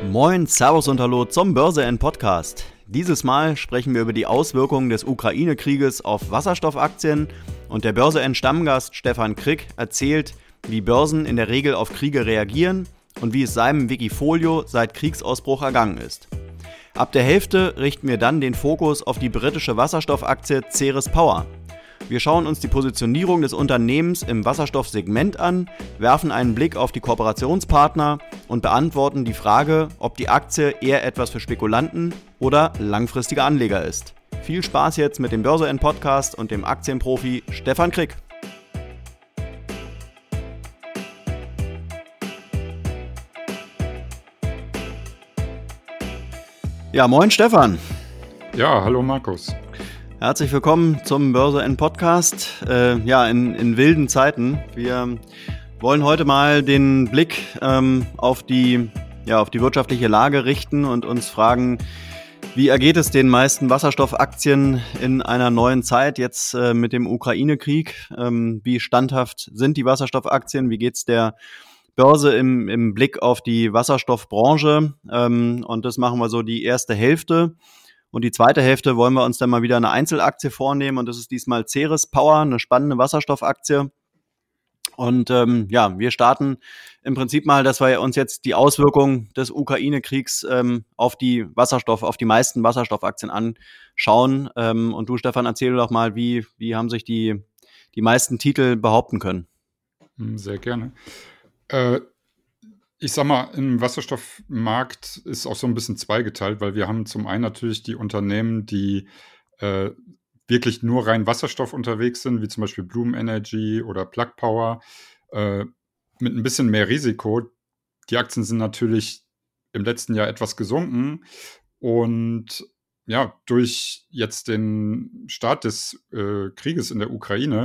Moin, Servus und Hallo zum Börse N Podcast. Dieses Mal sprechen wir über die Auswirkungen des Ukraine-Krieges auf Wasserstoffaktien und der Börse N Stammgast Stefan Krick erzählt, wie Börsen in der Regel auf Kriege reagieren und wie es seinem Wikifolio seit Kriegsausbruch ergangen ist. Ab der Hälfte richten wir dann den Fokus auf die britische Wasserstoffaktie Ceres Power. Wir schauen uns die Positionierung des Unternehmens im Wasserstoffsegment an, werfen einen Blick auf die Kooperationspartner und beantworten die Frage, ob die Aktie eher etwas für Spekulanten oder langfristige Anleger ist. Viel Spaß jetzt mit dem Börse N Podcast und dem Aktienprofi Stefan Krick. Ja, moin Stefan. Ja, hallo Markus. Herzlich willkommen zum Börse N Podcast. In wilden Zeiten. Wir wollen heute mal den Blick auf die wirtschaftliche Lage richten und uns fragen, wie ergeht es den meisten Wasserstoffaktien in einer neuen Zeit jetzt mit dem Ukraine-Krieg? Wie standhaft sind die Wasserstoffaktien? Wie geht's der Börse im Blick auf die Wasserstoffbranche? Und das machen wir so die erste Hälfte. Und die zweite Hälfte wollen wir uns dann mal wieder eine Einzelaktie vornehmen. Und das ist diesmal Ceres Power, eine spannende Wasserstoffaktie. Und wir starten im Prinzip mal, dass wir uns jetzt die Auswirkungen des Ukraine-Kriegs auf die meisten Wasserstoffaktien anschauen. Und du, Stefan, erzähl doch mal, wie haben sich die meisten Titel behaupten können? Sehr gerne. Ich sag mal, im Wasserstoffmarkt ist auch so ein bisschen zweigeteilt, weil wir haben zum einen natürlich die Unternehmen, die wirklich nur rein Wasserstoff unterwegs sind, wie zum Beispiel Bloom Energy oder Plug Power, mit ein bisschen mehr Risiko. Die Aktien sind natürlich im letzten Jahr etwas gesunken und ja, durch jetzt den Start des Krieges in der Ukraine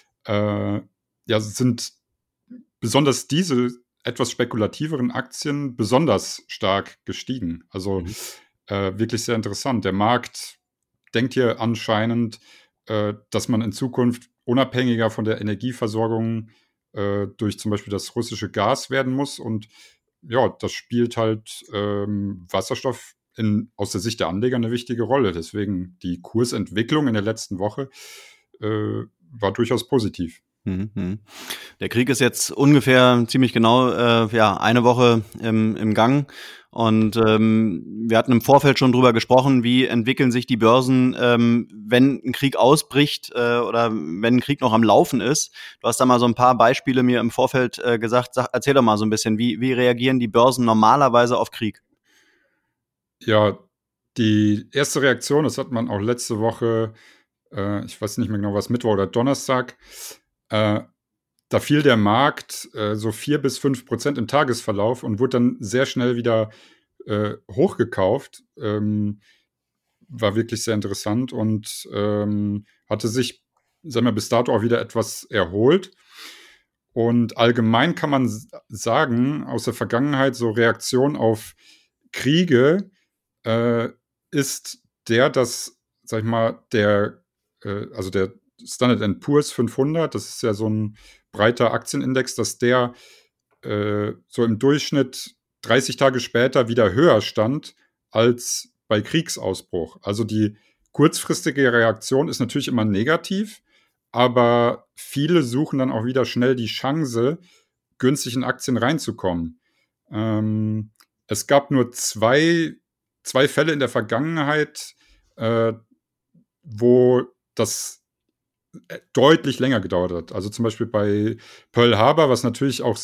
sind besonders diese etwas spekulativeren Aktien besonders stark gestiegen. Also wirklich sehr interessant. Der Markt denkt hier anscheinend, dass man in Zukunft unabhängiger von der Energieversorgung durch zum Beispiel das russische Gas werden muss. Und ja, das spielt halt Wasserstoff aus der Sicht der Anleger eine wichtige Rolle. Deswegen die Kursentwicklung in der letzten Woche war durchaus positiv. Der Krieg ist jetzt ungefähr ziemlich genau eine Woche im Gang und wir hatten im Vorfeld schon drüber gesprochen, wie entwickeln sich die Börsen, wenn ein Krieg ausbricht oder wenn ein Krieg noch am Laufen ist. Du hast da mal so ein paar Beispiele mir im Vorfeld gesagt. Erzähl doch mal so ein bisschen, wie reagieren die Börsen normalerweise auf Krieg? Ja, die erste Reaktion, das hat man auch letzte Woche, ich weiß nicht mehr genau, was Mittwoch oder Donnerstag, da fiel der Markt so 4-5% im Tagesverlauf und wurde dann sehr schnell wieder hochgekauft. War wirklich sehr interessant und hatte sich, sagen wir, bis dato auch wieder etwas erholt. Und allgemein kann man sagen, aus der Vergangenheit, so Reaktion auf Kriege ist dass, sag ich mal, der Standard & Poor's 500, das ist ja so ein breiter Aktienindex, dass der so im Durchschnitt 30 Tage später wieder höher stand als bei Kriegsausbruch. Also die kurzfristige Reaktion ist natürlich immer negativ, aber viele suchen dann auch wieder schnell die Chance, günstig in Aktien reinzukommen. Es gab nur zwei Fälle in der Vergangenheit, wo das deutlich länger gedauert hat. Also zum Beispiel bei Pearl Harbor, was natürlich auch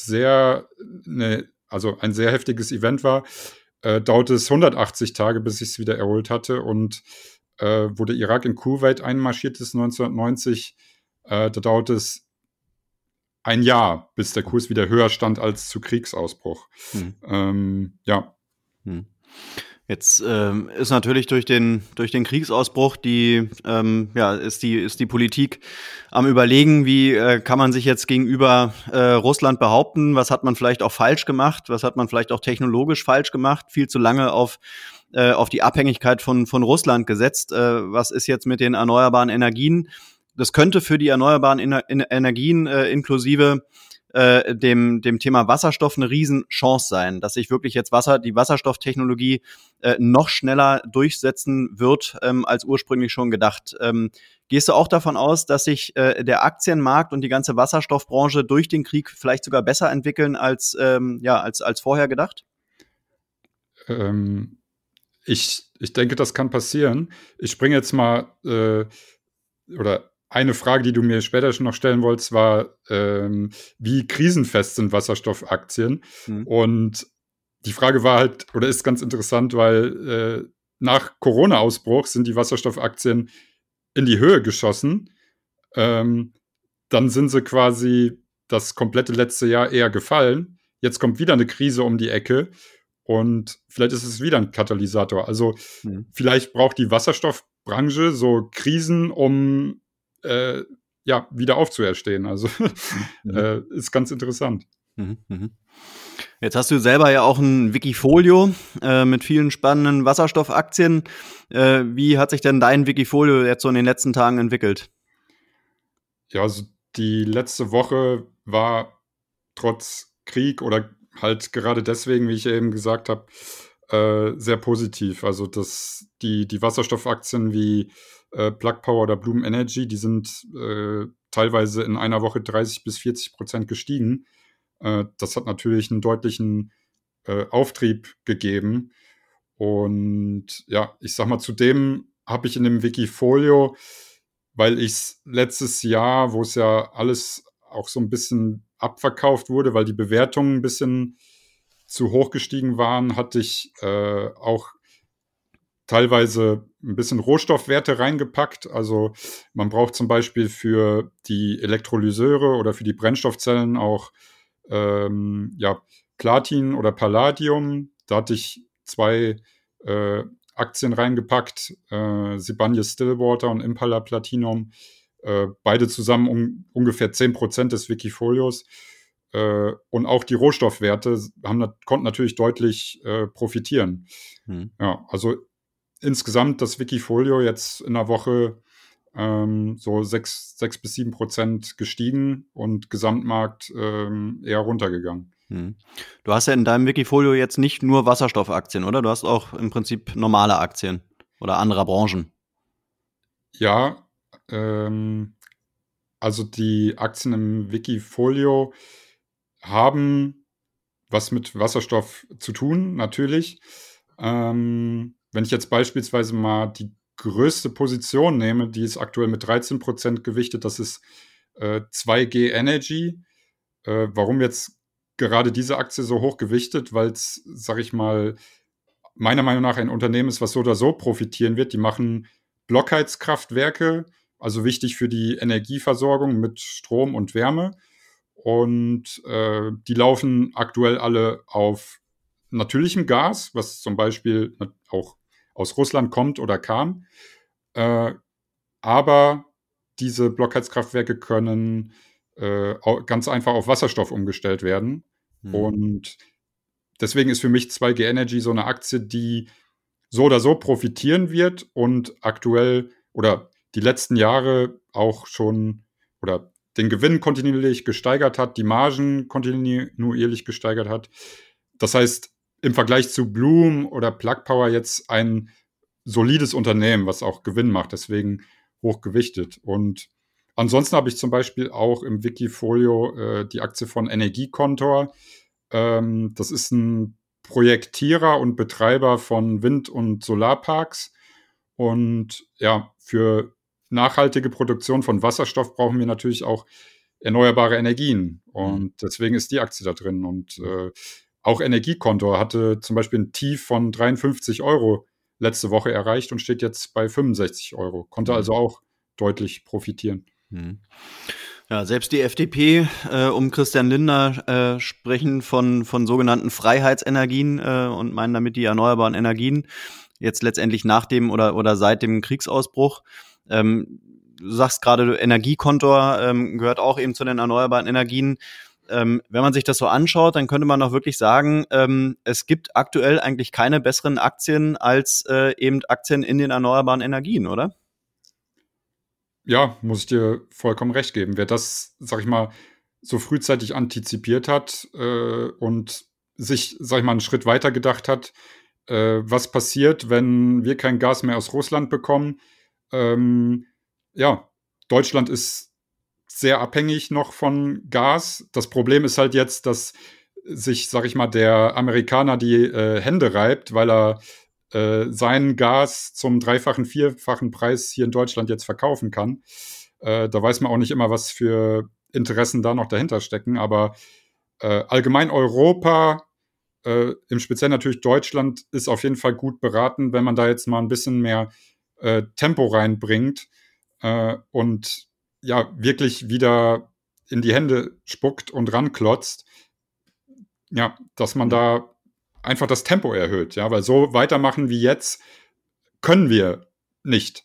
ein sehr heftiges Event war, dauerte es 180 Tage, bis ich es wieder erholt hatte. Und wo der Irak in Kuwait einmarschiert ist 1990, da dauerte es ein Jahr, bis der Kurs wieder höher stand als zu Kriegsausbruch. Jetzt ist natürlich durch den Kriegsausbruch ist die Politik am Überlegen, wie kann man sich jetzt gegenüber Russland behaupten, was hat man vielleicht auch falsch gemacht, was hat man vielleicht auch technologisch falsch gemacht, viel zu lange auf die Abhängigkeit von Russland gesetzt. Was ist jetzt mit den erneuerbaren Energien? Das könnte für die erneuerbaren Energien inklusive dem Thema Wasserstoff eine Riesenchance sein, dass sich wirklich jetzt die Wasserstofftechnologie noch schneller durchsetzen wird, als ursprünglich schon gedacht. Gehst du auch davon aus, dass sich der Aktienmarkt und die ganze Wasserstoffbranche durch den Krieg vielleicht sogar besser entwickeln als vorher gedacht? Ich denke, das kann passieren. Ich springe jetzt mal, oder eine Frage, die du mir später schon noch stellen wolltest, war, wie krisenfest sind Wasserstoffaktien? Und die Frage war halt, oder ist ganz interessant, weil nach Corona-Ausbruch sind die Wasserstoffaktien in die Höhe geschossen. Dann sind sie quasi das komplette letzte Jahr eher gefallen. Jetzt kommt wieder eine Krise um die Ecke und vielleicht ist es wieder ein Katalysator. Also vielleicht braucht die Wasserstoffbranche so Krisen, um wieder aufzuerstehen. Also ist ganz interessant. Jetzt hast du selber ja auch ein Wikifolio mit vielen spannenden Wasserstoffaktien. Wie hat sich denn dein Wikifolio jetzt so in den letzten Tagen entwickelt? Ja, also die letzte Woche war trotz Krieg oder halt gerade deswegen, wie ich eben gesagt habe, sehr positiv. Also die Wasserstoffaktien wie Plug Power oder Bloom Energy, die sind teilweise in einer Woche 30-40% gestiegen. Das hat natürlich einen deutlichen Auftrieb gegeben. Und ja, ich sag mal, zudem habe ich in dem Wikifolio, weil ich es letztes Jahr, wo es ja alles auch so ein bisschen abverkauft wurde, weil die Bewertungen ein bisschen zu hoch gestiegen waren, hatte ich auch teilweise ein bisschen Rohstoffwerte reingepackt. Also man braucht zum Beispiel für die Elektrolyseure oder für die Brennstoffzellen auch Platin oder Palladium. Da hatte ich 2 Aktien reingepackt, Sibanye-Stillwater und Impala Platinum. Beide zusammen ungefähr 10% des Wikifolios. Und auch die Rohstoffwerte konnten natürlich deutlich profitieren. Ja, also insgesamt das Wikifolio jetzt in der Woche so 6-7% gestiegen und Gesamtmarkt eher runtergegangen. Du hast ja in deinem Wikifolio jetzt nicht nur Wasserstoffaktien, oder? Du hast auch im Prinzip normale Aktien oder anderer Branchen. Ja, also die Aktien im Wikifolio haben was mit Wasserstoff zu tun, natürlich. Wenn ich jetzt beispielsweise mal die größte Position nehme, die ist aktuell mit 13% gewichtet, das ist 2G Energy. Warum jetzt gerade diese Aktie so hoch gewichtet? Weil es, sag ich mal, meiner Meinung nach ein Unternehmen ist, was so oder so profitieren wird. Die machen Blockheizkraftwerke, also wichtig für die Energieversorgung mit Strom und Wärme. Und die laufen aktuell alle auf natürlichem Gas, was zum Beispiel auch aus Russland kommt oder kam. Aber diese Blockheizkraftwerke können ganz einfach auf Wasserstoff umgestellt werden. Und deswegen ist für mich 2G Energy so eine Aktie, die so oder so profitieren wird und aktuell oder die letzten Jahre auch schon oder den Gewinn kontinuierlich gesteigert hat, die Margen kontinuierlich gesteigert hat. Das heißt, im Vergleich zu Bloom oder Plug Power jetzt ein solides Unternehmen, was auch Gewinn macht, deswegen hochgewichtet. Und ansonsten habe ich zum Beispiel auch im Wikifolio die Aktie von Energiekontor. Das ist ein Projektierer und Betreiber von Wind- und Solarparks. Und ja, für nachhaltige Produktion von Wasserstoff brauchen wir natürlich auch erneuerbare Energien. Und deswegen ist die Aktie da drin. Und auch Energiekontor hatte zum Beispiel ein Tief von 53 Euro letzte Woche erreicht und steht jetzt bei 65 Euro. Konnte also auch deutlich profitieren. Ja, selbst die FDP um Christian Lindner sprechen von sogenannten Freiheitsenergien und meinen damit die erneuerbaren Energien. Jetzt letztendlich nach dem oder seit dem Kriegsausbruch. Du sagst gerade, Energiekontor gehört auch eben zu den erneuerbaren Energien. Wenn man sich das so anschaut, dann könnte man auch wirklich sagen, es gibt aktuell eigentlich keine besseren Aktien als eben Aktien in den erneuerbaren Energien, oder? Ja, muss ich dir vollkommen recht geben. Wer das, sag ich mal, so frühzeitig antizipiert hat und sich, sag ich mal, einen Schritt weiter gedacht hat, was passiert, wenn wir kein Gas mehr aus Russland bekommen. Ja, Deutschland ist sehr abhängig noch von Gas. Das Problem ist halt jetzt, dass sich, sag ich mal, der Amerikaner die Hände reibt, weil er sein Gas zum dreifachen, vierfachen Preis hier in Deutschland jetzt verkaufen kann. Da weiß man auch nicht immer, was für Interessen da noch dahinter stecken, aber allgemein Europa, im Speziellen natürlich Deutschland, ist auf jeden Fall gut beraten, wenn man da jetzt mal ein bisschen mehr Tempo reinbringt und ja, wirklich wieder in die Hände spuckt und ranklotzt. Ja, dass man da einfach das Tempo erhöht, ja, weil so weitermachen wie jetzt können wir nicht.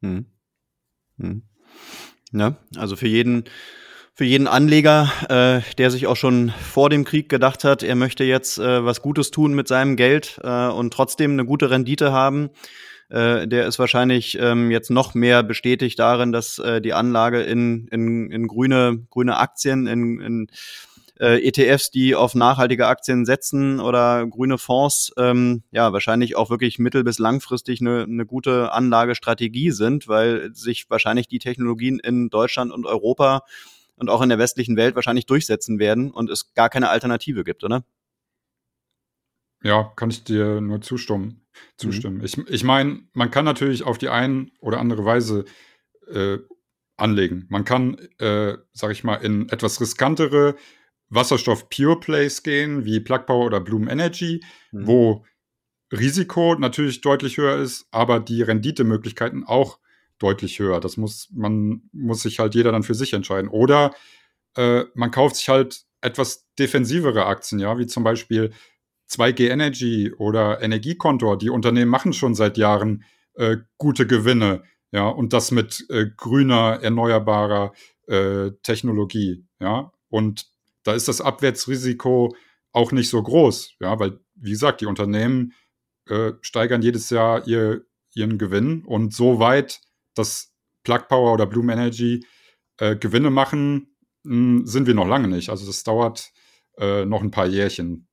Ja, also für jeden Anleger, der sich auch schon vor dem Krieg gedacht hat, er möchte jetzt was Gutes tun mit seinem Geld und trotzdem eine gute Rendite haben, der ist wahrscheinlich jetzt noch mehr bestätigt darin, dass die Anlage in grüne Aktien, in ETFs, die auf nachhaltige Aktien setzen oder grüne Fonds, ja, wahrscheinlich auch wirklich mittel- bis langfristig eine gute Anlagestrategie sind, weil sich wahrscheinlich die Technologien in Deutschland und Europa und auch in der westlichen Welt wahrscheinlich durchsetzen werden und es gar keine Alternative gibt, oder? Ja, kann ich dir nur zustimmen. Ich meine, man kann natürlich auf die ein oder andere Weise anlegen. Man kann, sag ich mal, in etwas riskantere Wasserstoff-Pure-Plays gehen, wie Plug Power oder Bloom Energy, wo Risiko natürlich deutlich höher ist, aber die Renditemöglichkeiten auch deutlich höher. Man muss sich halt jeder dann für sich entscheiden. Oder man kauft sich halt etwas defensivere Aktien, ja, wie zum Beispiel 2G Energy oder Energiekontor. Die Unternehmen machen schon seit Jahren gute Gewinne, ja, und das mit grüner, erneuerbarer Technologie, ja. Und da ist das Abwärtsrisiko auch nicht so groß, ja, weil, wie gesagt, die Unternehmen steigern jedes Jahr ihren Gewinn und so weit, dass Plug Power oder Bloom Energy Gewinne machen, sind wir noch lange nicht. Also das dauert noch ein paar Jährchen.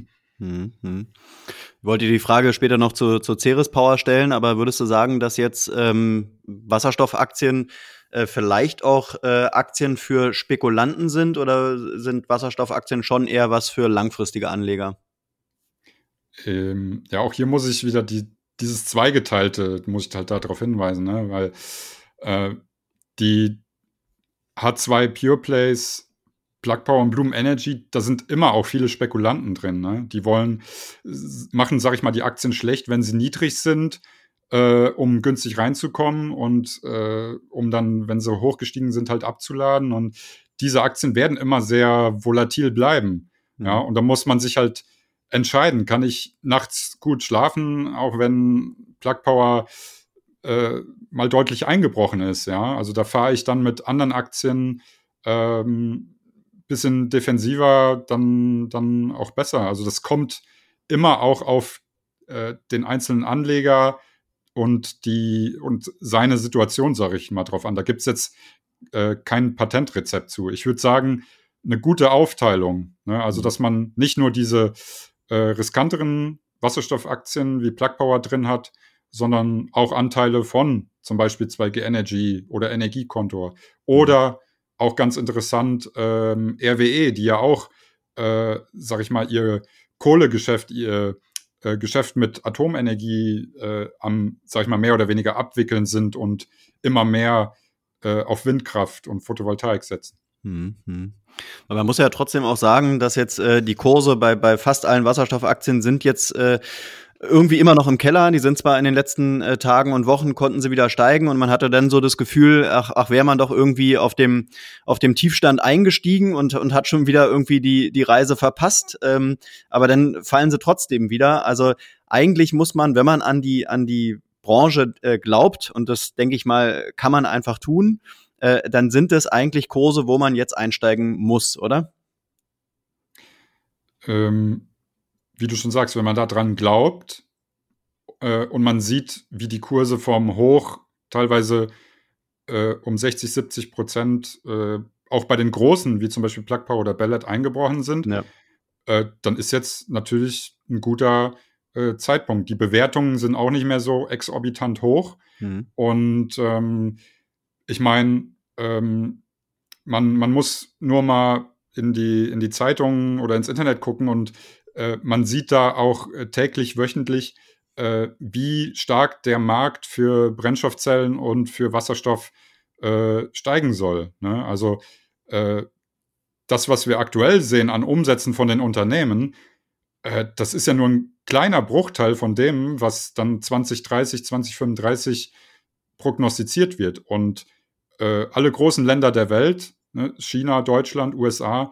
Ich wollte dir die Frage später noch zur Ceres Power stellen, aber würdest du sagen, dass jetzt Wasserstoffaktien vielleicht auch Aktien für Spekulanten sind oder sind Wasserstoffaktien schon eher was für langfristige Anleger? Ja, auch hier muss ich wieder dieses Zweigeteilte, muss ich halt darauf hinweisen, ne? Weil die H2 Pure Plays, Plug Power und Bloom Energy, da sind immer auch viele Spekulanten drin. Ne? Die machen, sag ich mal, die Aktien schlecht, wenn sie niedrig sind, um günstig reinzukommen und um dann, wenn sie hochgestiegen sind, halt abzuladen. Und diese Aktien werden immer sehr volatil bleiben. Ja, und da muss man sich halt entscheiden, kann ich nachts gut schlafen, auch wenn Plug Power mal deutlich eingebrochen ist, ja. Also da fahre ich dann mit anderen Aktien bisschen defensiver dann auch besser. Also das kommt immer auch auf den einzelnen Anleger und seine Situation, sage ich mal, drauf an. Da gibt es jetzt kein Patentrezept zu. Ich würde sagen, eine gute Aufteilung. Ne? Also, dass man nicht nur diese riskanteren Wasserstoffaktien wie Plug Power drin hat, sondern auch Anteile von zum Beispiel 2G Energy oder Energiekontor. Oder auch ganz interessant RWE, die ja auch, sag ich mal, ihr Kohlegeschäft, ihr Geschäft mit Atomenergie sag ich mal, mehr oder weniger abwickeln sind und immer mehr auf Windkraft und Photovoltaik setzen. Aber man muss ja trotzdem auch sagen, dass jetzt die Kurse bei fast allen Wasserstoffaktien sind jetzt irgendwie immer noch im Keller. Die sind zwar in den letzten Tagen und Wochen konnten sie wieder steigen und man hatte dann so das Gefühl, ach wäre man doch irgendwie auf dem Tiefstand eingestiegen und hat schon wieder irgendwie die Reise verpasst. Aber dann fallen sie trotzdem wieder. Also eigentlich muss man, wenn man an die Branche glaubt, und das denke ich mal, kann man einfach tun, dann sind es eigentlich Kurse, wo man jetzt einsteigen muss, oder? Wie du schon sagst, wenn man da dran glaubt und man sieht, wie die Kurse vom Hoch teilweise um 60-70% auch bei den Großen, wie zum Beispiel Plug Power oder Ballard, eingebrochen sind, Ja. Dann ist jetzt natürlich ein guter Zeitpunkt. Die Bewertungen sind auch nicht mehr so exorbitant hoch. Mhm. Und ich meine, man muss nur mal in die Zeitungen oder ins Internet gucken und man sieht da auch täglich, wöchentlich, wie stark der Markt für Brennstoffzellen und für Wasserstoff steigen soll. Ne? Also das, was wir aktuell sehen an Umsätzen von den Unternehmen, das ist ja nur ein kleiner Bruchteil von dem, was dann 2030, 2035 prognostiziert wird. Und alle großen Länder der Welt, ne, China, Deutschland, USA,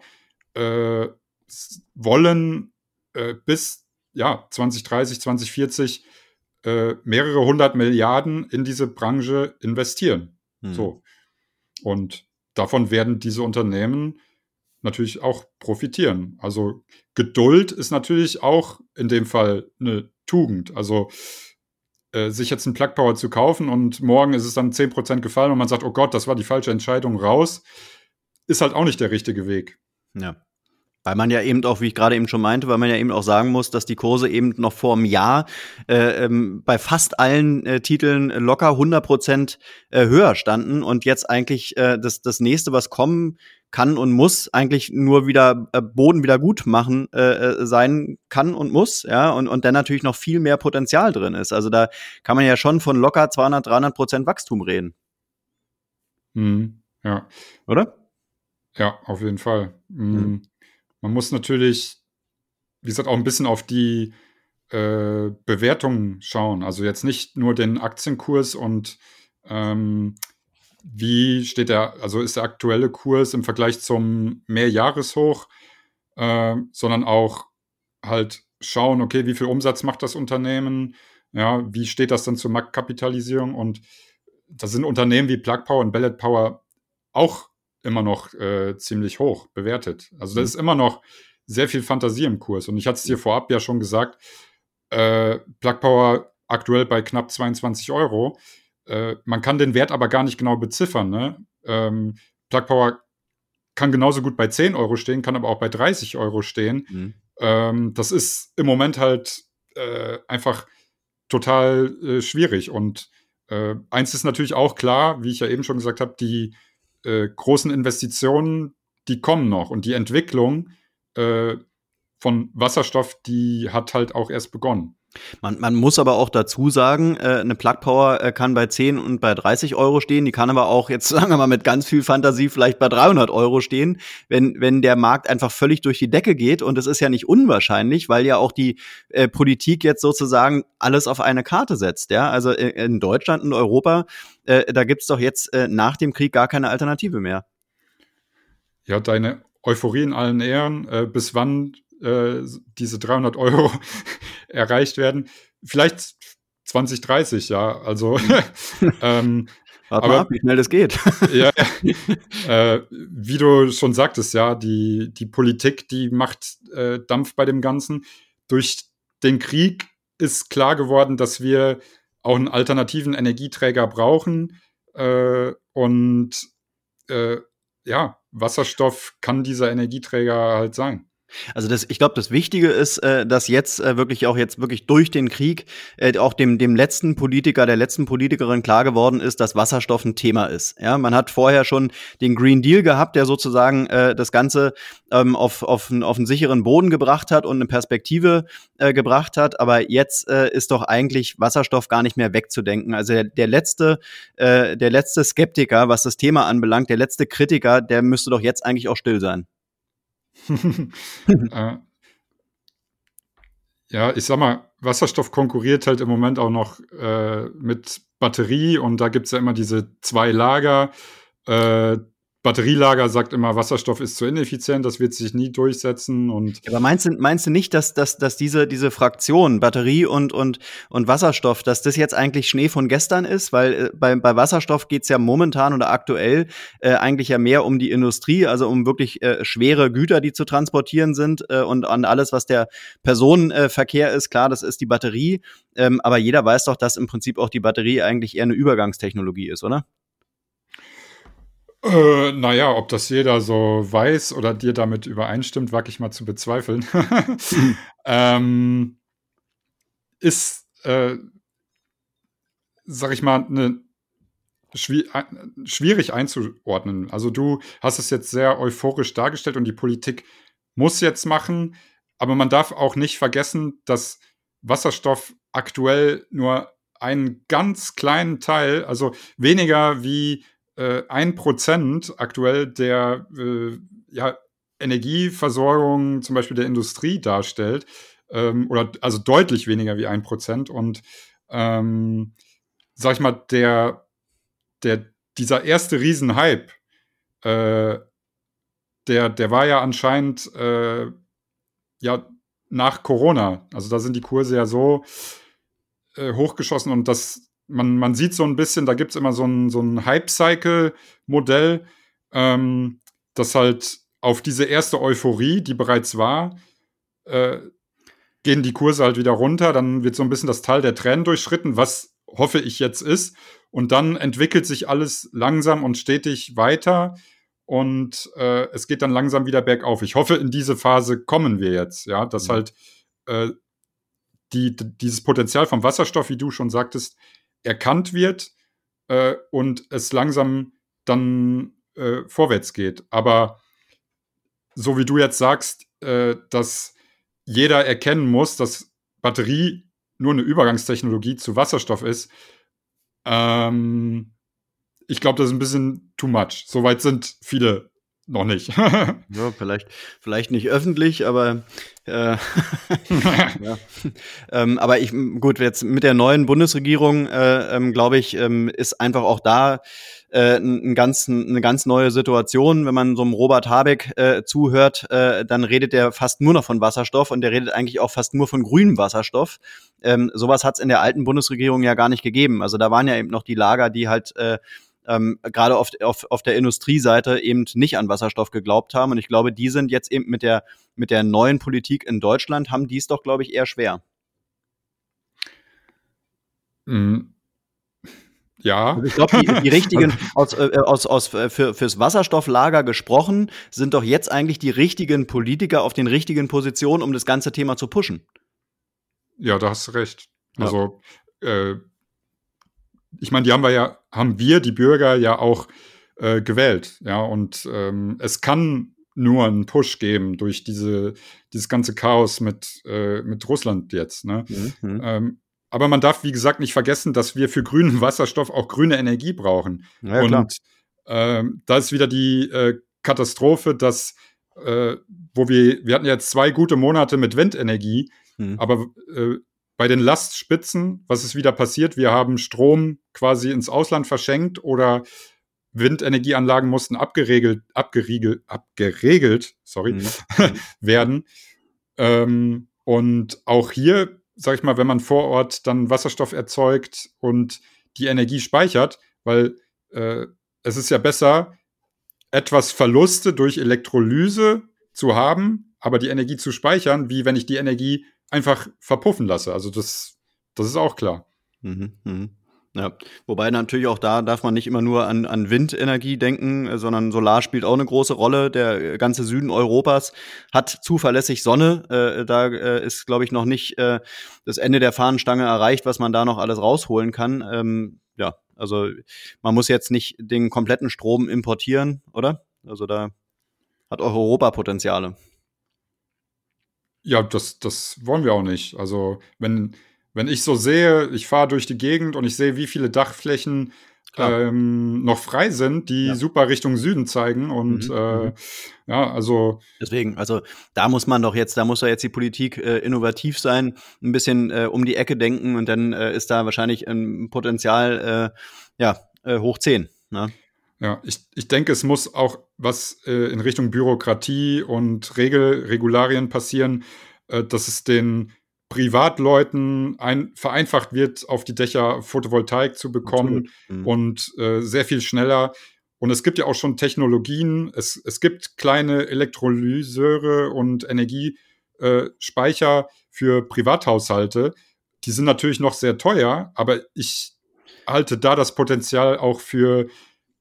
wollen bis 2030, 2040 mehrere 100 Milliarden in diese Branche investieren. Mhm. So. Und davon werden diese Unternehmen natürlich auch profitieren. Also Geduld ist natürlich auch in dem Fall eine Tugend. Also sich jetzt einen Plug Power zu kaufen und morgen ist es dann 10% gefallen und man sagt, oh Gott, das war die falsche Entscheidung, raus, ist halt auch nicht der richtige Weg. Ja. Weil man ja eben auch, wie ich gerade eben schon meinte, weil man ja eben auch sagen muss, dass die Kurse eben noch vor einem Jahr bei fast allen Titeln locker 100% höher standen und jetzt eigentlich das nächste, was kommen kann und muss, eigentlich nur wieder Boden wieder gut machen sein kann und muss, ja, und dann natürlich noch viel mehr Potenzial drin ist. Also da kann man ja schon von locker 200-300% Wachstum reden. Ja. Oder? Ja, auf jeden Fall. Man muss natürlich, wie gesagt, auch ein bisschen auf die Bewertungen schauen. Also jetzt nicht nur den Aktienkurs und wie steht also ist der aktuelle Kurs im Vergleich zum Mehrjahreshoch, sondern auch halt schauen, okay, wie viel Umsatz macht das Unternehmen, ja, wie steht das dann zur Marktkapitalisierung, und da sind Unternehmen wie Plug Power und Ballard Power auch immer noch ziemlich hoch bewertet. Also da ist immer noch sehr viel Fantasie im Kurs. Und ich hatte es dir vorab ja schon gesagt, Plug Power aktuell bei knapp 22 Euro. Man kann den Wert aber gar nicht genau beziffern. Ne? Plug Power kann genauso gut bei 10 Euro stehen, kann aber auch bei 30 Euro stehen. Das ist im Moment halt einfach total schwierig. Und eins ist natürlich auch klar, wie ich ja eben schon gesagt habe, die großen Investitionen, die kommen noch. Und die Entwicklung von Wasserstoff, die hat halt auch erst begonnen. Man muss aber auch dazu sagen, eine Plug Power kann bei 10 und bei 30 Euro stehen. Die kann aber auch jetzt, sagen wir mal, mit ganz viel Fantasie vielleicht bei 300 Euro stehen, wenn der Markt einfach völlig durch die Decke geht. Und es ist ja nicht unwahrscheinlich, weil ja auch die Politik jetzt sozusagen alles auf eine Karte setzt. Ja, also in Deutschland und Europa, da gibt's doch jetzt nach dem Krieg gar keine Alternative mehr. Ja, deine Euphorie in allen Ehren. Bis wann diese 300 Euro erreicht werden? Vielleicht 2030, ja. Also Warte mal ab, wie schnell das geht. Ja, wie du schon sagtest, ja, die Politik, die macht Dampf bei dem Ganzen. Durch den Krieg ist klar geworden, dass wir auch einen alternativen Energieträger brauchen. Wasserstoff kann dieser Energieträger halt sein. Also ich glaube, das Wichtige ist, dass jetzt wirklich durch den Krieg auch dem letzten Politiker, der letzten Politikerin klar geworden ist, dass Wasserstoff ein Thema ist. Ja, man hat vorher schon den Green Deal gehabt, der sozusagen das Ganze auf einen sicheren Boden gebracht hat und eine Perspektive gebracht hat. Aber jetzt ist doch eigentlich Wasserstoff gar nicht mehr wegzudenken. Also der letzte Skeptiker, was das Thema anbelangt, der letzte Kritiker, der müsste doch jetzt eigentlich auch still sein. Ja, ich sag mal, Wasserstoff konkurriert halt im Moment auch noch mit Batterie, und da gibt's ja immer diese zwei Lager. Batterielager sagt immer, Wasserstoff ist zu ineffizient, das wird sich nie durchsetzen. Und aber meinst du nicht, dass diese Fraktion Batterie und Wasserstoff, dass das jetzt eigentlich Schnee von gestern ist? Weil bei Wasserstoff geht's ja momentan oder aktuell eigentlich ja mehr um die Industrie, also um wirklich schwere Güter, die zu transportieren sind und an alles, was der Personenverkehr ist. Klar, das ist die Batterie, aber jeder weiß doch, dass im Prinzip auch die Batterie eigentlich eher eine Übergangstechnologie ist, oder? Naja, ob das jeder so weiß oder dir damit übereinstimmt, wage ich mal zu bezweifeln. ähm, ist, sag ich mal, schwierig einzuordnen. Also du hast es jetzt sehr euphorisch dargestellt und die Politik muss jetzt machen, aber man darf auch nicht vergessen, dass Wasserstoff aktuell nur einen ganz kleinen Teil, also weniger wie 1% aktuell der ja, Energieversorgung zum Beispiel der Industrie darstellt, oder also deutlich weniger wie 1%. Und sag ich mal, dieser erste Riesenhype, äh, der war ja anscheinend ja nach Corona. Also da sind die Kurse ja so hochgeschossen und man sieht so ein bisschen, da gibt es immer so ein Hype-Cycle-Modell, das halt auf diese erste Euphorie, die bereits war, gehen die Kurse halt wieder runter, dann wird so ein bisschen das Tal der Tränen durchschritten, was hoffe ich jetzt ist. Und dann entwickelt sich alles langsam und stetig weiter und es geht dann langsam wieder bergauf. Ich hoffe, in diese Phase kommen wir jetzt, ja, dass halt dieses Potenzial vom Wasserstoff, wie du schon sagtest, erkannt wird und es langsam dann vorwärts geht. Aber so wie du jetzt sagst, dass jeder erkennen muss, dass Batterie nur eine Übergangstechnologie zu Wasserstoff ist, ich glaube, das ist ein bisschen too much. Soweit sind viele noch nicht. Ja, vielleicht nicht öffentlich, aber ja. Aber gut, jetzt mit der neuen Bundesregierung, glaube ich, ist einfach auch da eine ganz neue Situation. Wenn man so einem Robert Habeck zuhört, dann redet der fast nur noch von Wasserstoff und der redet eigentlich auch fast nur von grünem Wasserstoff. Sowas hat es in der alten Bundesregierung ja gar nicht gegeben. Also da waren ja eben noch die Lager, die halt gerade auf der Industrieseite eben nicht an Wasserstoff geglaubt haben. Und ich glaube, die sind jetzt eben mit der neuen Politik in Deutschland, haben die es doch, glaube ich, eher schwer. Ja. Also ich glaube, die richtigen, fürs Wasserstofflager gesprochen, sind doch jetzt eigentlich die richtigen Politiker auf den richtigen Positionen, um das ganze Thema zu pushen. Ja, da hast du recht. Also, ich meine, haben wir, die Bürger, ja auch gewählt, ja, und es kann nur einen Push geben durch dieses ganze Chaos mit Russland jetzt, ne? Aber man darf, wie gesagt, nicht vergessen, dass wir für grünen Wasserstoff auch grüne Energie brauchen. Ja, und da ist wieder die Katastrophe, dass wir hatten jetzt 2 gute Monate mit Windenergie, aber bei den Lastspitzen, was ist wieder passiert? Wir haben Strom quasi ins Ausland verschenkt oder Windenergieanlagen mussten abgeregelt werden. Und auch hier, sag ich mal, wenn man vor Ort dann Wasserstoff erzeugt und die Energie speichert, weil es ist ja besser, etwas Verluste durch Elektrolyse zu haben, aber die Energie zu speichern, wie wenn ich die Energie einfach verpuffen lasse. Also das ist auch klar. Ja, wobei natürlich auch da darf man nicht immer nur an Windenergie denken, sondern Solar spielt auch eine große Rolle. Der ganze Süden Europas hat zuverlässig Sonne. Da ist, glaube ich, noch nicht das Ende der Fahnenstange erreicht, was man da noch alles rausholen kann. Ja, also man muss jetzt nicht den kompletten Strom importieren, oder? Also da hat auch Europa Potenziale. Ja, das wollen wir auch nicht. Also wenn ich so sehe, ich fahre durch die Gegend und ich sehe, wie viele Dachflächen noch frei sind, die super Richtung Süden zeigen. Und ja, also deswegen, also da muss ja jetzt die Politik innovativ sein, ein bisschen um die Ecke denken und dann ist da wahrscheinlich ein Potenzial hoch 10. Ne? Ja, ich denke, es muss auch was in Richtung Bürokratie und Regularien passieren, dass es den Privatleuten vereinfacht wird, auf die Dächer Photovoltaik zu bekommen und sehr viel schneller. Und es gibt ja auch schon Technologien. Es gibt kleine Elektrolyseure und Energiespeicher für Privathaushalte. Die sind natürlich noch sehr teuer, aber ich halte da das Potenzial auch für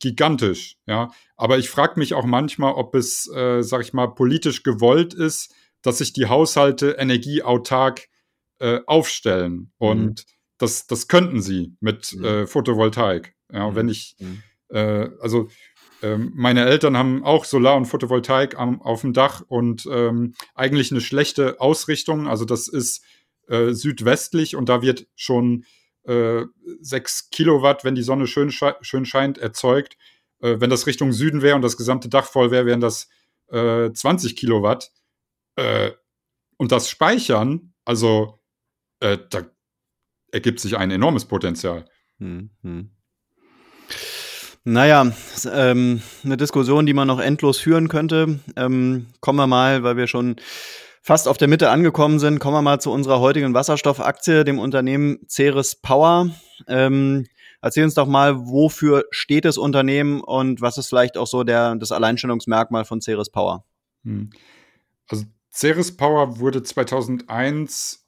gigantisch, ja. Aber ich frage mich auch manchmal, ob es, sag ich mal, politisch gewollt ist, dass sich die Haushalte energieautark aufstellen. Und das könnten sie mit Photovoltaik. Ja, wenn ich, also meine Eltern haben auch Solar- und Photovoltaik auf dem Dach und eigentlich eine schlechte Ausrichtung. Also das ist südwestlich und da wird schon 6 Kilowatt, wenn die Sonne schön scheint, erzeugt. Wenn das Richtung Süden wäre und das gesamte Dach voll wäre, wären das 20 Kilowatt. Und das Speichern, also da ergibt sich ein enormes Potenzial. Naja, eine Diskussion, die man noch endlos führen könnte. Kommen wir mal, weil wir schon fast auf der Mitte angekommen sind, kommen wir mal zu unserer heutigen Wasserstoffaktie, dem Unternehmen Ceres Power. Erzähl uns doch mal, wofür steht das Unternehmen und was ist vielleicht auch so das Alleinstellungsmerkmal von Ceres Power? Also Ceres Power wurde 2001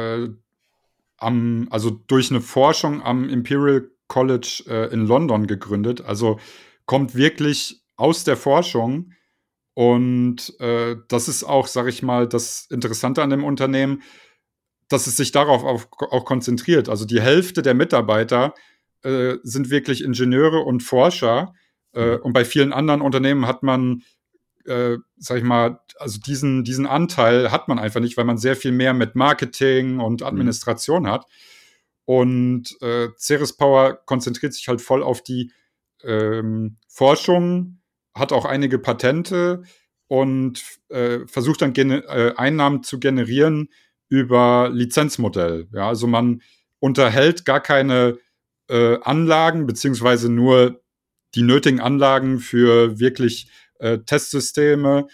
also durch eine Forschung am Imperial College in London gegründet. Also kommt wirklich aus der Forschung. Und das ist auch, sag ich mal, das Interessante an dem Unternehmen, dass es sich darauf auch konzentriert. Also die Hälfte der Mitarbeiter sind wirklich Ingenieure und Forscher. Und bei vielen anderen Unternehmen hat man, sag ich mal, also diesen Anteil hat man einfach nicht, weil man sehr viel mehr mit Marketing und Administration hat. Und Ceres Power konzentriert sich halt voll auf die Forschung, hat auch einige Patente und versucht dann Einnahmen zu generieren über Lizenzmodell. Ja, also man unterhält gar keine Anlagen, beziehungsweise nur die nötigen Anlagen für wirklich Testsysteme,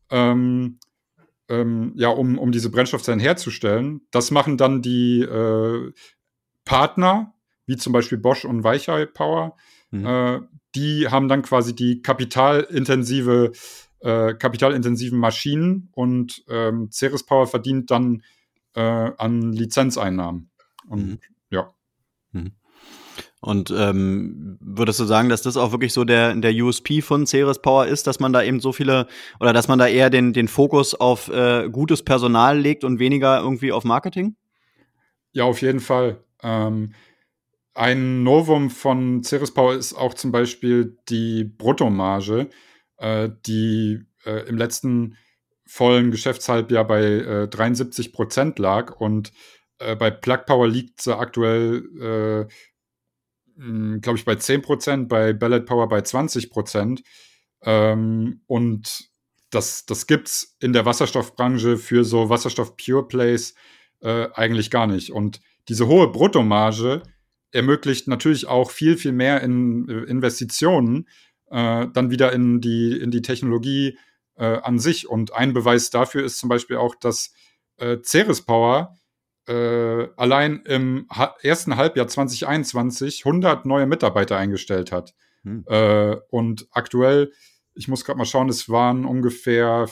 ja, um diese Brennstoffzellen herzustellen. Das machen dann die Partner, wie zum Beispiel Bosch und Weichai Power. Die haben dann quasi die kapitalintensiven Maschinen und Ceres Power verdient dann an Lizenzeinnahmen. Und ja. Und würdest du sagen, dass das auch wirklich so der USP von Ceres Power ist, dass man da eben so viele oder dass man da eher den Fokus auf gutes Personal legt und weniger irgendwie auf Marketing? Ja, auf jeden Fall. Ein Novum von Ceres Power ist auch zum Beispiel die Bruttomarge, die im letzten vollen Geschäftshalbjahr bei 73% lag und bei Plug Power liegt sie aktuell, glaube ich, bei 10%, bei Ballard Power bei 20%. Und das gibt's in der Wasserstoffbranche für so Wasserstoff-Pure-Plays eigentlich gar nicht. Und diese hohe Bruttomarge ermöglicht natürlich auch viel, viel mehr in Investitionen dann wieder in die Technologie an sich. Und ein Beweis dafür ist zum Beispiel auch, dass Ceres Power allein im ersten Halbjahr 2021 100 neue Mitarbeiter eingestellt hat. Und aktuell, ich muss gerade mal schauen, es waren ungefähr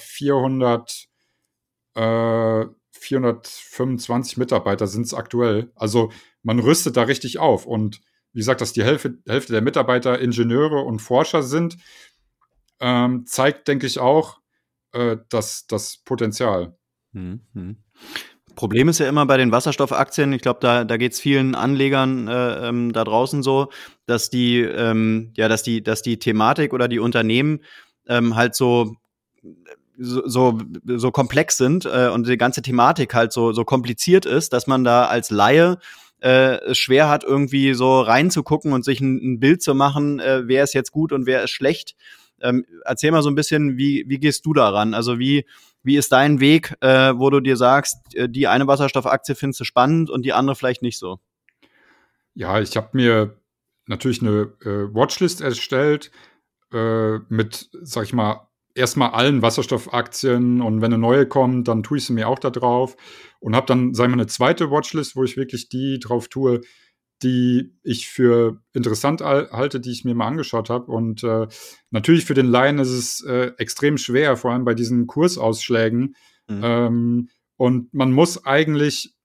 425 Mitarbeiter sind es aktuell. Also man rüstet da richtig auf. Und wie gesagt, dass die Hälfte der Mitarbeiter Ingenieure und Forscher sind, zeigt, denke ich, auch das Potenzial. Problem ist ja immer bei den Wasserstoffaktien, ich glaube, da geht es vielen Anlegern da draußen so, dass die Thematik oder die Unternehmen halt so komplex sind und die ganze Thematik halt so kompliziert ist, dass man da als Laie es schwer hat, irgendwie so reinzugucken und sich ein Bild zu machen, wer ist jetzt gut und wer ist schlecht. Erzähl mal so ein bisschen, wie gehst du daran? Also wie ist dein Weg, wo du dir sagst, die eine Wasserstoffaktie findest du spannend und die andere vielleicht nicht so? Ja, ich habe mir natürlich eine Watchlist erstellt mit, sag ich mal, erstmal allen Wasserstoffaktien und wenn eine neue kommt, dann tue ich sie mir auch da drauf und habe dann, sag ich mal, eine zweite Watchlist, wo ich wirklich die drauf tue, die ich für interessant halte, die ich mir mal angeschaut habe. Und natürlich für den Laien ist es extrem schwer, vor allem bei diesen Kursausschlägen. Und man muss eigentlich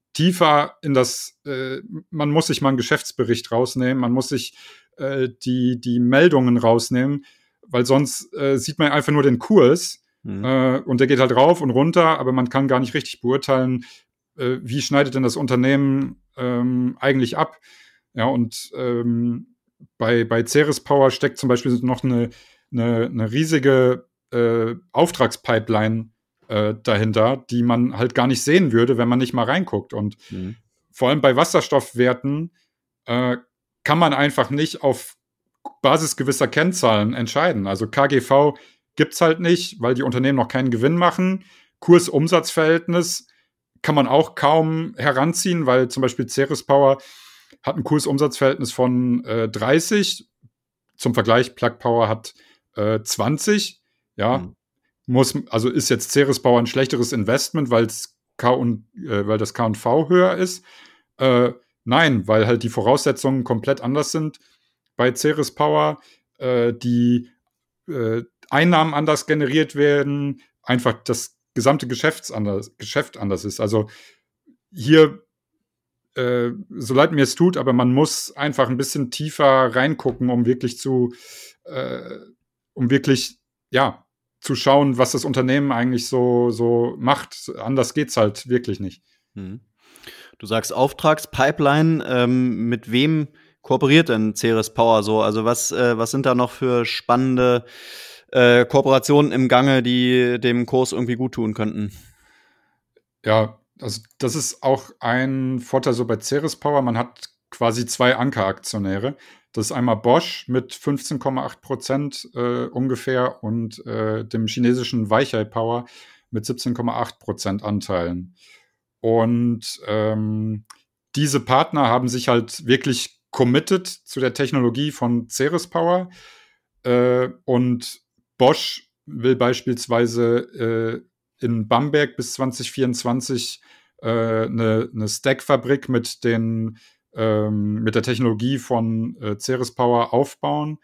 tiefer in man muss sich mal einen Geschäftsbericht rausnehmen, man muss sich die Meldungen rausnehmen, weil sonst sieht man einfach nur den Kurs und der geht halt rauf und runter, aber man kann gar nicht richtig beurteilen, wie schneidet denn das Unternehmen eigentlich ab. Ja, und bei Ceres Power steckt zum Beispiel noch eine riesige Auftragspipeline dahinter, die man halt gar nicht sehen würde, wenn man nicht mal reinguckt. Und vor allem bei Wasserstoffwerten kann man einfach nicht auf Basis gewisser Kennzahlen entscheiden. Also KGV gibt's halt nicht, weil die Unternehmen noch keinen Gewinn machen. Kurs-Umsatz-Verhältnis kann man auch kaum heranziehen, weil zum Beispiel Ceres Power hat ein Kurs-Umsatz-Verhältnis von 30. Zum Vergleich, Plug Power hat 20. Ja, also ist jetzt Ceres Power ein schlechteres Investment, weil das K&V höher ist? Nein, weil halt die Voraussetzungen komplett anders sind bei Ceres Power, die Einnahmen anders generiert werden, einfach das gesamte Geschäft anders ist. Also hier, so leid mir es tut, aber man muss einfach ein bisschen tiefer reingucken, um wirklich zu schauen, was das Unternehmen eigentlich so macht. Anders geht's halt wirklich nicht. Du sagst Auftragspipeline. Mit wem kooperiert denn Ceres Power so? Also was sind da noch für spannende Kooperationen im Gange, die dem Kurs irgendwie gut tun könnten? Ja, also das ist auch ein Vorteil so bei Ceres Power. Man hat quasi 2 Ankeraktionäre. Das ist einmal Bosch mit 15,8% ungefähr und dem chinesischen Weichai Power mit 17,8% Anteilen. Und diese Partner haben sich halt wirklich committed zu der Technologie von Ceres Power. Und Bosch will beispielsweise in Bamberg bis 2024 eine Stack-Fabrik mit der Technologie von Ceres Power aufbauen.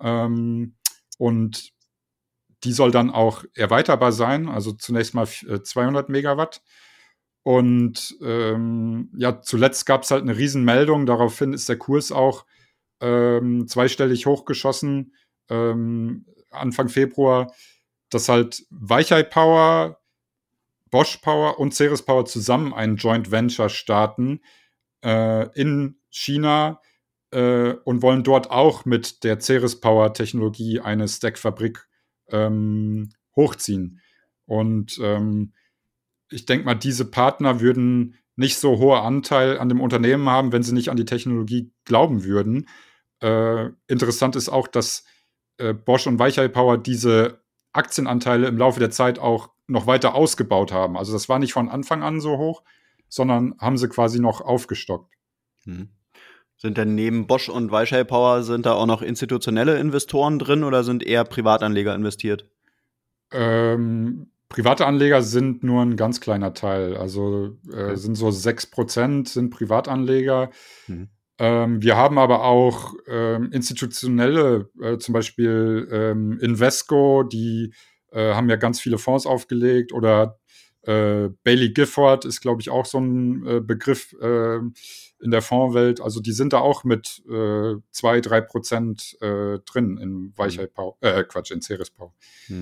Und die soll dann auch erweiterbar sein, also zunächst mal 200 Megawatt. Und zuletzt gab es halt eine Riesenmeldung, daraufhin ist der Kurs auch zweistellig hochgeschossen, Anfang Februar, dass halt Weichai Power, Bosch Power und Ceres Power zusammen ein Joint Venture starten in China und wollen dort auch mit der Ceres Power Technologie eine Stack-Fabrik hochziehen. Und ich denke mal, diese Partner würden nicht so hohe Anteil an dem Unternehmen haben, wenn sie nicht an die Technologie glauben würden. Interessant ist auch, dass Bosch und Weichai Power diese Aktienanteile im Laufe der Zeit auch noch weiter ausgebaut haben. Also das war nicht von Anfang an so hoch, sondern haben sie quasi noch aufgestockt. Sind denn neben Bosch und Weichai Power, sind da auch noch institutionelle Investoren drin oder sind eher Privatanleger investiert? Private Anleger sind nur ein ganz kleiner Teil. Also sind so 6% sind Privatanleger. Wir haben aber auch institutionelle, zum Beispiel Invesco, die haben ja ganz viele Fonds aufgelegt, oder Baillie Gifford ist, glaube ich, auch so ein Begriff in der Fondswelt. Also die sind da auch mit 2-3% drin in Weichai Power, in Ceres Power.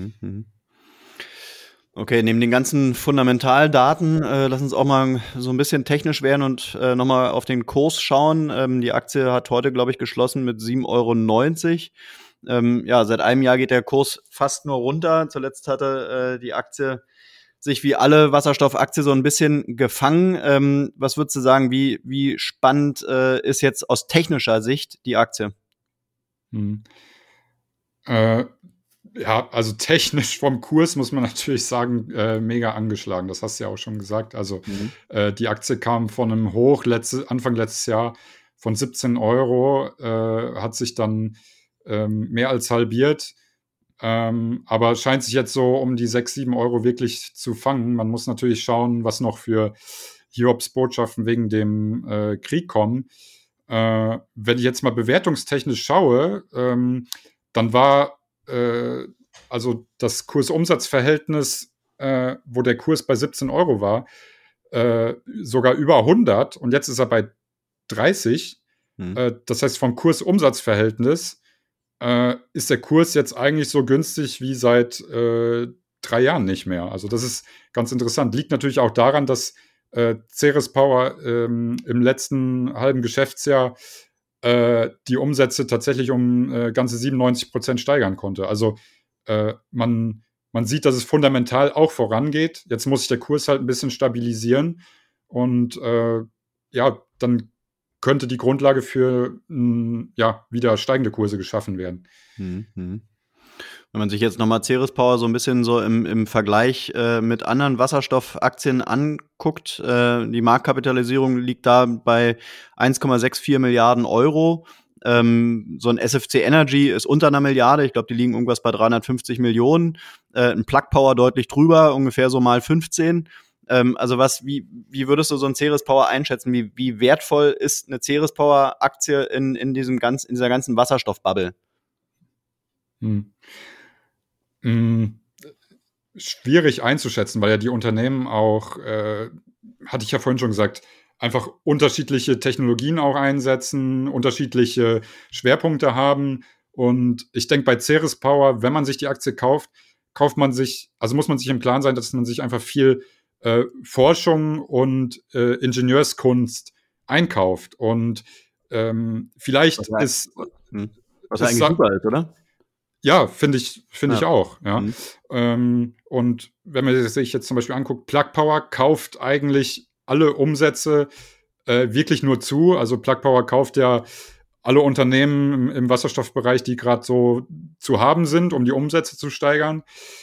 Okay, neben den ganzen Fundamentaldaten, lass uns auch mal so ein bisschen technisch werden und nochmal auf den Kurs schauen. Die Aktie hat heute, glaube ich, geschlossen mit 7,90 €. Seit einem Jahr geht der Kurs fast nur runter. Zuletzt hatte die Aktie sich wie alle Wasserstoffaktien so ein bisschen gefangen. Was würdest du sagen, wie spannend ist jetzt aus technischer Sicht die Aktie? Ja, also technisch vom Kurs muss man natürlich sagen, mega angeschlagen. Das hast du ja auch schon gesagt. Also die Aktie kam von einem Hoch Anfang letztes Jahr von 17 €, hat sich dann mehr als halbiert, aber scheint sich jetzt so um die 6-7 € wirklich zu fangen. Man muss natürlich schauen, was noch für Hiobs-Botschaften wegen dem Krieg kommen. Wenn ich jetzt mal bewertungstechnisch schaue, dann war also das Kurs-Umsatz-Verhältnis, wo der Kurs bei 17 € war, sogar über 100 und jetzt ist er bei 30. Das heißt, vom Kurs-Umsatz-Verhältnis ist der Kurs jetzt eigentlich so günstig wie seit 3 Jahren nicht mehr. Also das ist ganz interessant. Liegt natürlich auch daran, dass Ceres Power im letzten halben Geschäftsjahr die Umsätze tatsächlich um ganze 97% steigern konnte. Also man sieht, dass es fundamental auch vorangeht. Jetzt muss sich der Kurs halt ein bisschen stabilisieren und dann könnte die Grundlage für wieder steigende Kurse geschaffen werden. Wenn man sich jetzt nochmal Ceres Power so ein bisschen so im Vergleich mit anderen Wasserstoffaktien anguckt, die Marktkapitalisierung liegt da bei 1,64 Milliarden Euro. So ein SFC Energy ist unter 1 Milliarde. Ich glaube, die liegen irgendwas bei 350 Millionen. Ein Plug Power deutlich drüber, ungefähr so mal 15. Also wie würdest du so ein Ceres Power einschätzen? Wie wertvoll ist eine Ceres Power Aktie in dieser ganzen Wasserstoffbubble? Schwierig einzuschätzen, weil ja die Unternehmen auch, hatte ich ja vorhin schon gesagt, einfach unterschiedliche Technologien auch einsetzen, unterschiedliche Schwerpunkte haben. Und ich denke, bei Ceres Power, wenn man sich die Aktie kauft, muss man sich im Klaren sein, dass man sich einfach viel Forschung und Ingenieurskunst einkauft. Und vielleicht was eigentlich super ist, oder? Ja, finde ich auch. Ja. Und wenn man sich jetzt zum Beispiel anguckt, Plug Power kauft eigentlich alle Umsätze wirklich nur zu. Also Plug Power kauft ja alle Unternehmen im Wasserstoffbereich, die gerade so zu haben sind, um die Umsätze zu steigern.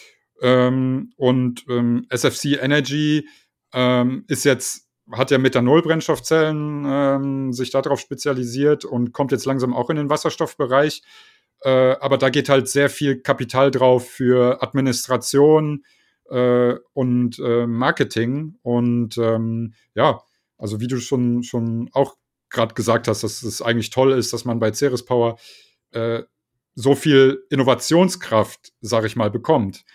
SFC Energy hat ja Methanol-Brennstoffzellen sich darauf spezialisiert und kommt jetzt langsam auch in den Wasserstoffbereich. Aber da geht halt sehr viel Kapital drauf für Administration und Marketing. Und also wie du schon auch gerade gesagt hast, dass es eigentlich toll ist, dass man bei Ceres Power so viel Innovationskraft, sag ich mal, bekommt.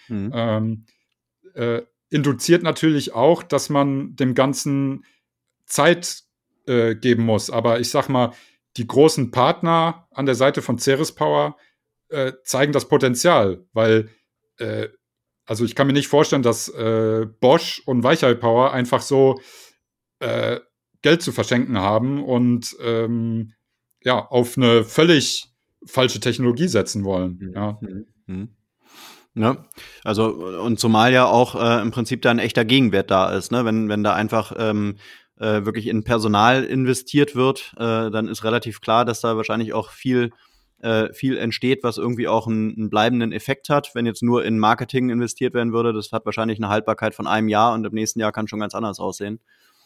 Induziert natürlich auch, dass man dem Ganzen Zeit geben muss. Aber ich sag mal, die großen Partner an der Seite von Ceres Power zeigen das Potenzial, weil also ich kann mir nicht vorstellen, dass Bosch und Weichai Power einfach so Geld zu verschenken haben und auf eine völlig falsche Technologie setzen wollen. Ja. Ja, also und zumal ja auch im Prinzip da ein echter Gegenwert da ist, ne? Wenn da einfach wirklich in Personal investiert wird, dann ist relativ klar, dass da wahrscheinlich auch viel entsteht, was irgendwie auch einen bleibenden Effekt hat. Wenn jetzt nur in Marketing investiert werden würde, das hat wahrscheinlich eine Haltbarkeit von einem Jahr und im nächsten Jahr kann schon ganz anders aussehen.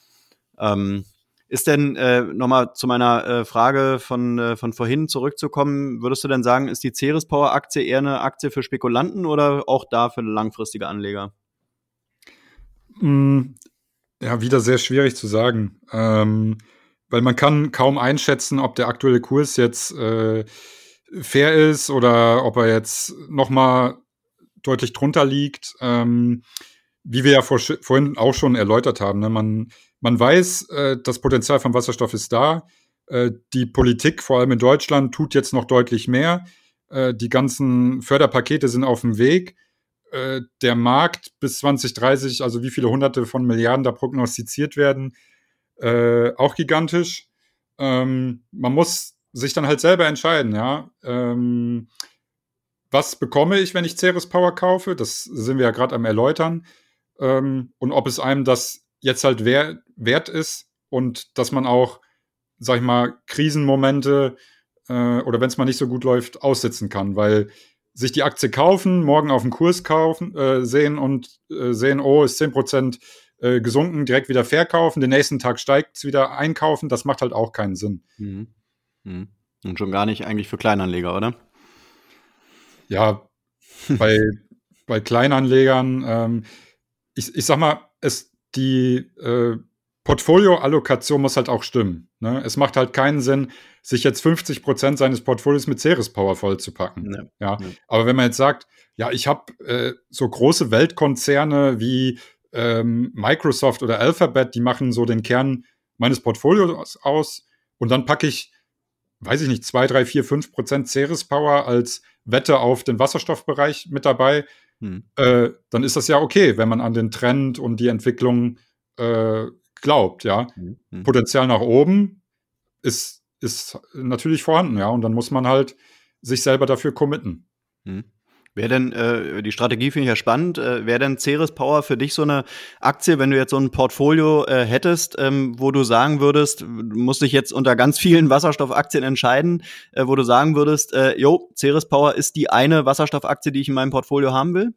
Ist denn, nochmal zu meiner Frage von vorhin zurückzukommen, würdest du denn sagen, ist die Ceres Power Aktie eher eine Aktie für Spekulanten oder auch da für langfristige Anleger? Ja, wieder sehr schwierig zu sagen, weil man kann kaum einschätzen, ob der aktuelle Kurs jetzt fair ist oder ob er jetzt noch mal deutlich drunter liegt. Wie wir ja vorhin auch schon erläutert haben, ne? Man weiß, das Potenzial vom Wasserstoff ist da. Die Politik, vor allem in Deutschland, tut jetzt noch deutlich mehr. Die ganzen Förderpakete sind auf dem Weg. Der Markt bis 2030, also wie viele Hunderte von Milliarden da prognostiziert werden, auch gigantisch. Man muss sich dann halt selber entscheiden, ja. Was bekomme ich, wenn ich Ceres Power kaufe? Das sind wir ja gerade am Erläutern. Und ob es einem das jetzt halt wert ist und dass man auch, sag ich mal, Krisenmomente oder wenn es mal nicht so gut läuft, aussitzen kann, weil sich die Aktie kaufen, morgen auf den Kurs sehen und sehen, oh, ist 10% gesunken, direkt wieder verkaufen, den nächsten Tag steigt es wieder, einkaufen, das macht halt auch keinen Sinn. Und schon gar nicht eigentlich für Kleinanleger, oder? Ja, bei Kleinanlegern, ich sag mal, die Portfolioallokation muss halt auch stimmen. Ne? Es macht halt keinen Sinn, sich jetzt 50% seines Portfolios mit Ceres Power vollzupacken. Ja. Aber wenn man jetzt sagt, ja, ich habe so große Weltkonzerne wie Microsoft oder Alphabet, die machen so den Kern meines Portfolios aus und dann packe ich, weiß ich nicht, 2, 3, 4, 5% Ceres Power als Wette auf den Wasserstoffbereich mit dabei, dann ist das ja okay, wenn man an den Trend und die Entwicklung glaubt, ja. Potenzial nach oben ist natürlich vorhanden, ja, und dann muss man halt sich selber dafür committen. Wäre denn, die Strategie finde ich ja spannend, wäre denn Ceres Power für dich so eine Aktie, wenn du jetzt so ein Portfolio hättest, wo du sagen würdest, du musst dich jetzt unter ganz vielen Wasserstoffaktien entscheiden, wo du sagen würdest, Ceres Power ist die eine Wasserstoffaktie, die ich in meinem Portfolio haben will?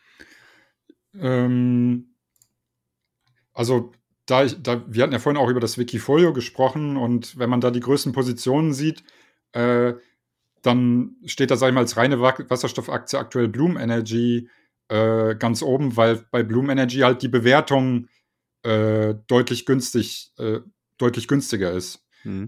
Also wir hatten ja vorhin auch über das Wikifolio gesprochen und wenn man da die größten Positionen sieht, dann steht da, sag ich mal, als reine Wasserstoffaktie aktuell Bloom Energy ganz oben, weil bei Bloom Energy halt die Bewertung deutlich günstiger ist.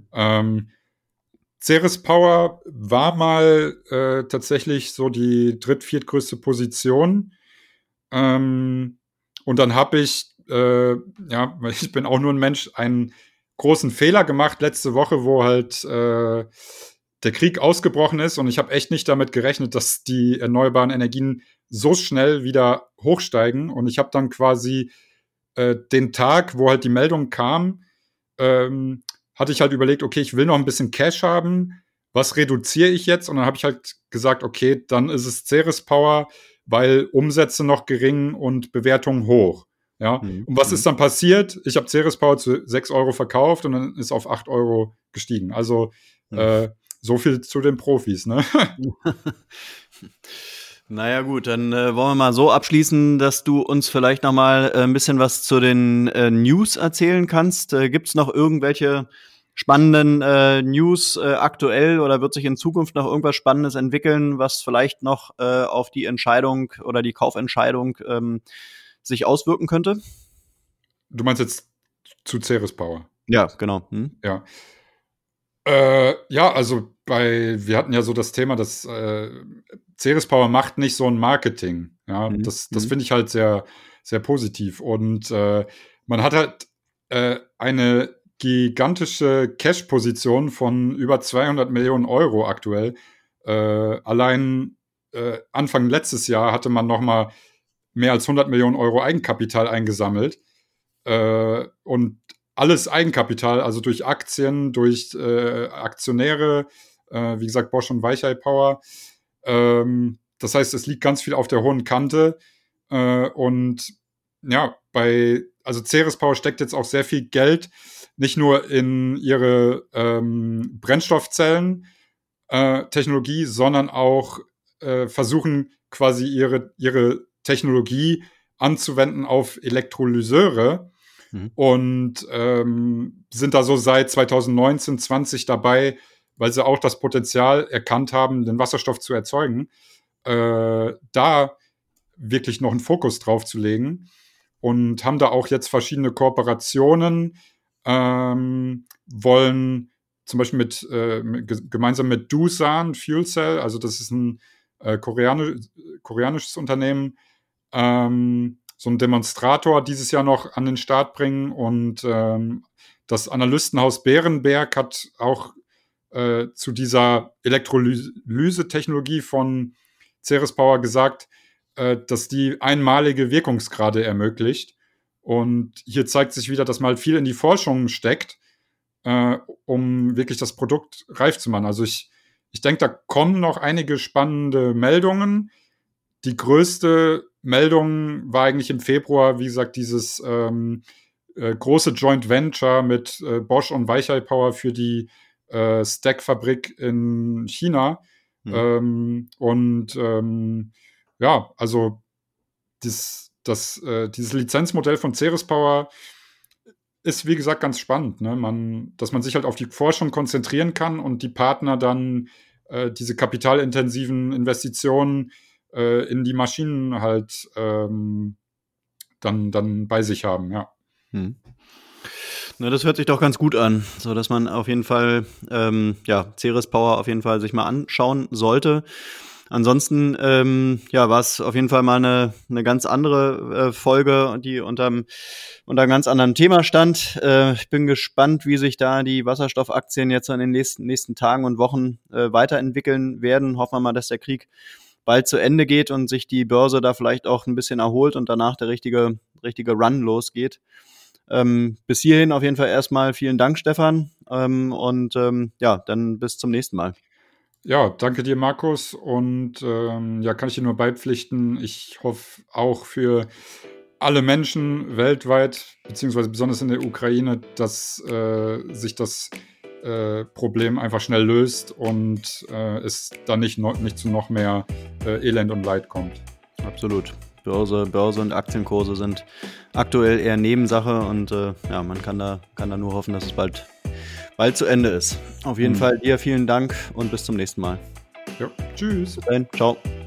Ceres Power war mal tatsächlich so die viertgrößte Position. Und dann habe ich, ich bin auch nur ein Mensch, einen großen Fehler gemacht letzte Woche, wo halt der Krieg ausgebrochen ist und ich habe echt nicht damit gerechnet, dass die erneuerbaren Energien so schnell wieder hochsteigen und ich habe dann quasi den Tag, wo halt die Meldung kam, hatte ich halt überlegt, okay, ich will noch ein bisschen Cash haben, was reduziere ich jetzt? Und dann habe ich halt gesagt, okay, dann ist es Ceres Power, weil Umsätze noch gering und Bewertungen hoch. Ja, und was ist dann passiert? Ich habe Ceres Power zu 6 Euro verkauft und dann ist auf 8 Euro gestiegen. Also so viel zu den Profis, ne? Naja gut, dann wollen wir mal so abschließen, dass du uns vielleicht noch mal ein bisschen was zu den News erzählen kannst. Gibt es noch irgendwelche spannenden News aktuell oder wird sich in Zukunft noch irgendwas Spannendes entwickeln, was vielleicht noch auf die Entscheidung oder die Kaufentscheidung sich auswirken könnte? Du meinst jetzt zu Ceres Power? Ja, genau. Ja. Also wir hatten ja so das Thema, dass Ceres Power macht nicht so ein Marketing. Ja, das finde ich halt sehr, sehr positiv. Und man hat halt eine gigantische Cash-Position von über 200 Millionen Euro aktuell. Allein Anfang letztes Jahr hatte man noch mal mehr als 100 Millionen Euro Eigenkapital eingesammelt. Und alles Eigenkapital, also durch Aktien, durch Aktionäre, wie gesagt, Bosch und Weichai Power. Das heißt, es liegt ganz viel auf der hohen Kante. Und ja, also Ceres Power steckt jetzt auch sehr viel Geld, nicht nur in ihre Brennstoffzellen-Technologie, sondern auch versuchen quasi ihre Technologie anzuwenden auf Elektrolyseure. Und sind da so seit 2019, 20 dabei, weil sie auch das Potenzial erkannt haben, den Wasserstoff zu erzeugen, da wirklich noch einen Fokus drauf zu legen und haben da auch jetzt verschiedene Kooperationen, wollen zum Beispiel gemeinsam mit Doosan Fuel Cell, also das ist ein koreanisches Unternehmen, so einen Demonstrator dieses Jahr noch an den Start bringen und das Analystenhaus Berenberg hat auch zu dieser Elektrolyse-Technologie von Ceres Power gesagt, dass die einmalige Wirkungsgrade ermöglicht. Und hier zeigt sich wieder, dass man halt viel in die Forschung steckt, um wirklich das Produkt reif zu machen. Also ich denke, da kommen noch einige spannende Meldungen. Die größte Meldung war eigentlich im Februar, wie gesagt, dieses große Joint Venture mit Bosch und Weichai Power für die Stack-Fabrik in China. Also dieses Lizenzmodell von Ceres Power ist, wie gesagt, ganz spannend, ne? Dass man sich halt auf die Forschung konzentrieren kann und die Partner dann diese kapitalintensiven Investitionen in die Maschinen halt dann bei sich haben, ja. Na, das hört sich doch ganz gut an, so dass man auf jeden Fall Ceres Power auf jeden Fall sich mal anschauen sollte. Ansonsten war es auf jeden Fall mal eine ganz andere Folge, die unter einem ganz anderen Thema stand. Ich bin gespannt, wie sich da die Wasserstoffaktien jetzt in den nächsten Tagen und Wochen weiterentwickeln werden. Hoffen wir mal, dass der Krieg bald zu Ende geht und sich die Börse da vielleicht auch ein bisschen erholt und danach der richtige Run losgeht. Bis hierhin auf jeden Fall erstmal vielen Dank, Stefan. Dann bis zum nächsten Mal. Ja, danke dir, Markus. Und kann ich dir nur beipflichten. Ich hoffe auch für alle Menschen weltweit, beziehungsweise besonders in der Ukraine, dass sich das Problem einfach schnell löst und es dann nicht zu noch mehr Elend und Leid kommt. Absolut. Börse und Aktienkurse sind aktuell eher Nebensache und man kann da nur hoffen, dass es bald zu Ende ist. Auf jeden Fall dir vielen Dank und bis zum nächsten Mal. Ja, tschüss. Bis dahin, ciao.